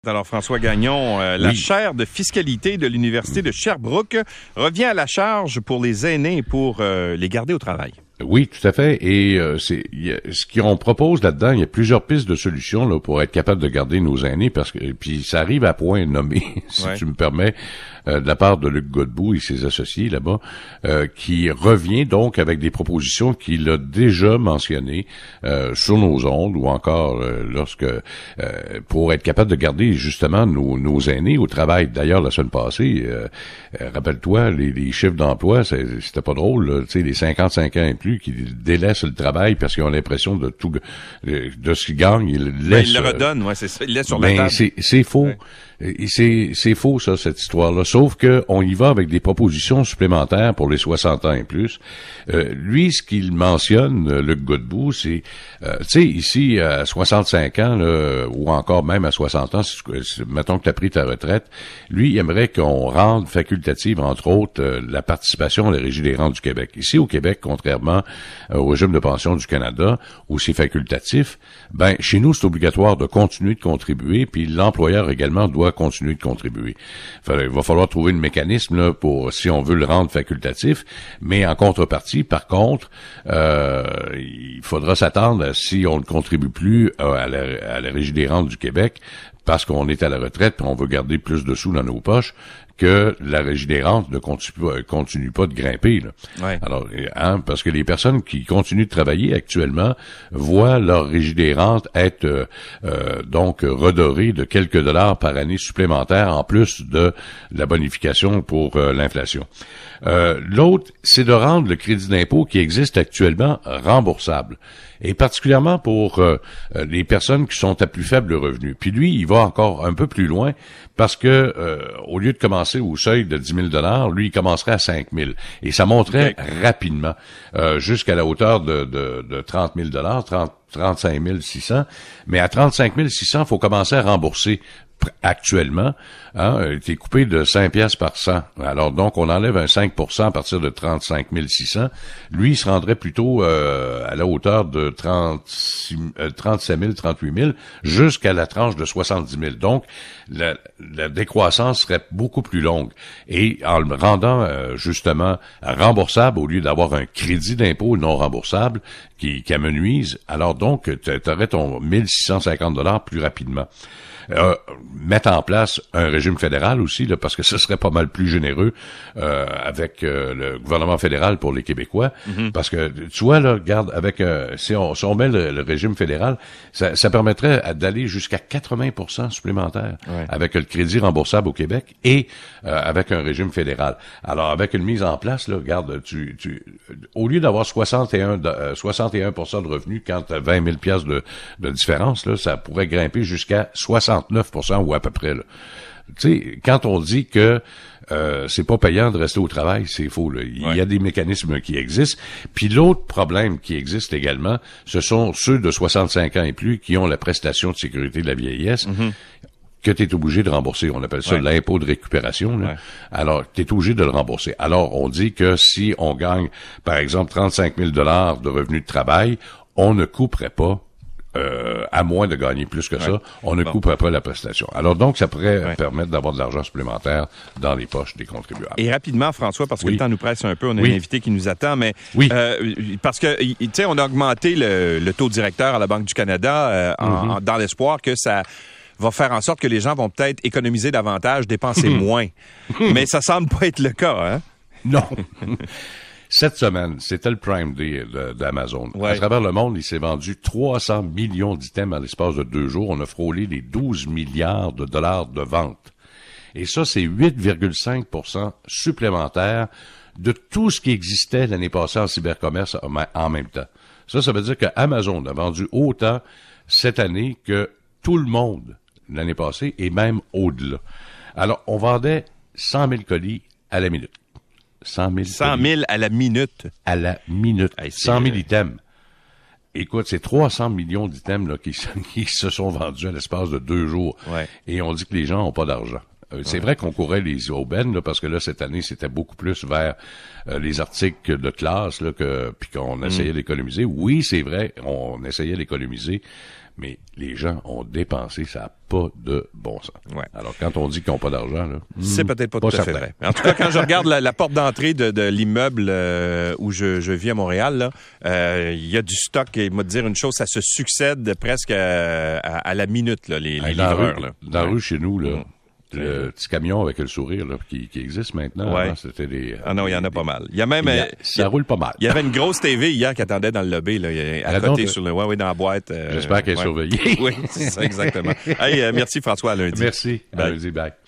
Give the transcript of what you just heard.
Alors, François Gagnon, la chaire de fiscalité de l'Université de Sherbrooke revient à la charge pour les aînés et pour les garder au travail. Oui, tout à fait. Et ce qu'on propose là-dedans, il y a plusieurs pistes de solutions là pour être capable de garder nos aînés, parce que puis ça arrive à point nommé, si tu me permets, de la part de Luc Godbout et ses associés là-bas, qui revient donc avec des propositions qu'il a déjà mentionnées sur nos ondes ou encore lorsque pour être capable de garder justement nos aînés au travail. D'ailleurs, la semaine passée, rappelle-toi, les chiffres d'emploi, c'était pas drôle, tu sais, les 55 ans et plus qui délaissent le travail parce qu'ils ont l'impression de tout de ce qu'ils gagnent, ils le laissent. Ils le redonnent, ouais, c'est ça, ils le laissent sur la table. C'est faux. Ouais. C'est faux, ça, cette histoire-là. Sauf que on y va avec des propositions supplémentaires pour les 60 ans et plus. Lui, ce qu'il mentionne, Luc Godbout, c'est, tu sais, ici, à 65 ans, là, ou encore même à 60 ans, mettons que tu as pris ta retraite, lui, il aimerait qu'on rende facultative, entre autres, la participation à la Régie des rentes du Québec. Ici, au Québec, contrairement au régime de pension du Canada, où c'est facultatif, ben, chez nous, c'est obligatoire de continuer de contribuer, puis l'employeur également doit continuer de contribuer. Il va falloir trouver un mécanisme là, pour si on veut le rendre facultatif, mais en contrepartie, par contre, il faudra s'attendre si on ne contribue plus à la Régie des rentes du Québec parce qu'on est à la retraite et on veut garder plus de sous dans nos poches, que la Régie des rentes ne continue pas de grimper. Là. Ouais. Alors, parce que les personnes qui continuent de travailler actuellement voient leur Régie des rentes être donc redorée de quelques dollars par année supplémentaires en plus de la bonification pour l'inflation. L'autre, c'est de rendre le crédit d'impôt qui existe actuellement remboursable. Et particulièrement pour les personnes qui sont à plus faible revenu. Puis lui, il va encore un peu plus loin parce que au lieu de commencer au seuil de 10 000 $, lui, il commencerait à 5 000 et ça monterait rapidement jusqu'à la hauteur de 30 000 $, 35 600. Mais à 35 600, il faut commencer à rembourser actuellement, t'es coupé de 5 piastres par 100. Alors donc, on enlève un 5% à partir de 35 600. Lui, il se rendrait plutôt à la hauteur de 37 000, 38 000, jusqu'à la tranche de 70 000. Donc, la décroissance serait beaucoup plus longue. Et en le rendant justement remboursable, au lieu d'avoir un crédit d'impôt non remboursable qui amenuise, alors donc, tu aurais ton 1650 $ plus rapidement. Mettre en place un régime fédéral aussi, là, parce que ce serait pas mal plus généreux avec le gouvernement fédéral pour les Québécois. Mm-hmm. Parce que, tu vois, là, regarde, avec si on met le régime fédéral, ça permettrait d'aller jusqu'à 80% supplémentaire avec le crédit remboursable au Québec et avec un régime fédéral. Alors, avec une mise en place, là, regarde, au lieu d'avoir 61% de revenus quand tu as 20 000 piastres de différence, là, ça pourrait grimper jusqu'à 69% ou à peu près, là. Tu sais, quand on dit que c'est pas payant de rester au travail, c'est faux, là. Il y a des mécanismes qui existent. Puis l'autre problème qui existe également, ce sont ceux de 65 ans et plus qui ont la prestation de sécurité de la vieillesse. Mm-hmm. Que tu es obligé de rembourser. On appelle ça l'impôt de récupération. Là. Alors, tu es obligé de le rembourser. Alors, on dit que si on gagne, par exemple, 35 000 $ de revenus de travail, on ne couperait pas à moins de gagner plus que ça, on ne couperait pas la prestation. Alors donc, ça pourrait permettre d'avoir de l'argent supplémentaire dans les poches des contribuables. Et rapidement, François, parce que le temps nous presse un peu, on a un invité qui nous attend, mais parce que, tu sais, on a augmenté le taux directeur à la Banque du Canada dans l'espoir que ça va faire en sorte que les gens vont peut-être économiser davantage, dépenser moins. Mais ça semble pas être le cas, hein? Non. Cette semaine, c'était le Prime Day d'Amazon. À travers le monde, il s'est vendu 300 millions d'items à l'espace de 2 jours. On a frôlé les 12 milliards de dollars de vente. Et ça, c'est 8,5% supplémentaire de tout ce qui existait l'année passée en cybercommerce en même temps. Ça veut dire que Amazon a vendu autant cette année que tout le monde l'année passée et même au-delà. Alors, on vendait 100 000 colis à la minute. 100 000 à la minute. À la minute. Hey, 100 000 items. Écoute, c'est 300 millions d'items là, qui se sont vendus à l'espace de 2 jours. Et on dit que les gens n'ont pas d'argent. C'est vrai qu'on courait les aubaines, là, parce que là, cette année, c'était beaucoup plus vers les articles de classe, là, puis qu'on essayait d'économiser. Oui, c'est vrai, on essayait d'économiser, mais les gens ont dépensé, ça n'a pas de bon sens. Ouais. Alors, quand on dit qu'ils n'ont pas d'argent, là, c'est peut-être pas tout à fait vrai. En tout cas, quand je regarde la porte d'entrée de l'immeuble où je vis à Montréal, là, il y a du stock, et moi, te dire une chose, ça se succède presque à la minute, là, les livreurs. Dans la rue, chez nous, là, le petit camion avec le sourire là, qui existe maintenant. Ouais. Avant, c'était des. Ah non, il y en a pas mal. Il y a même. Ça roule pas mal. Il y avait une grosse TV hier qui attendait dans le lobby, là, à côté sur le. Oui, dans la boîte. J'espère qu'elle est surveillée. Oui, c'est ça, exactement. Hey, merci François, à lundi. Merci. À lundi, bye.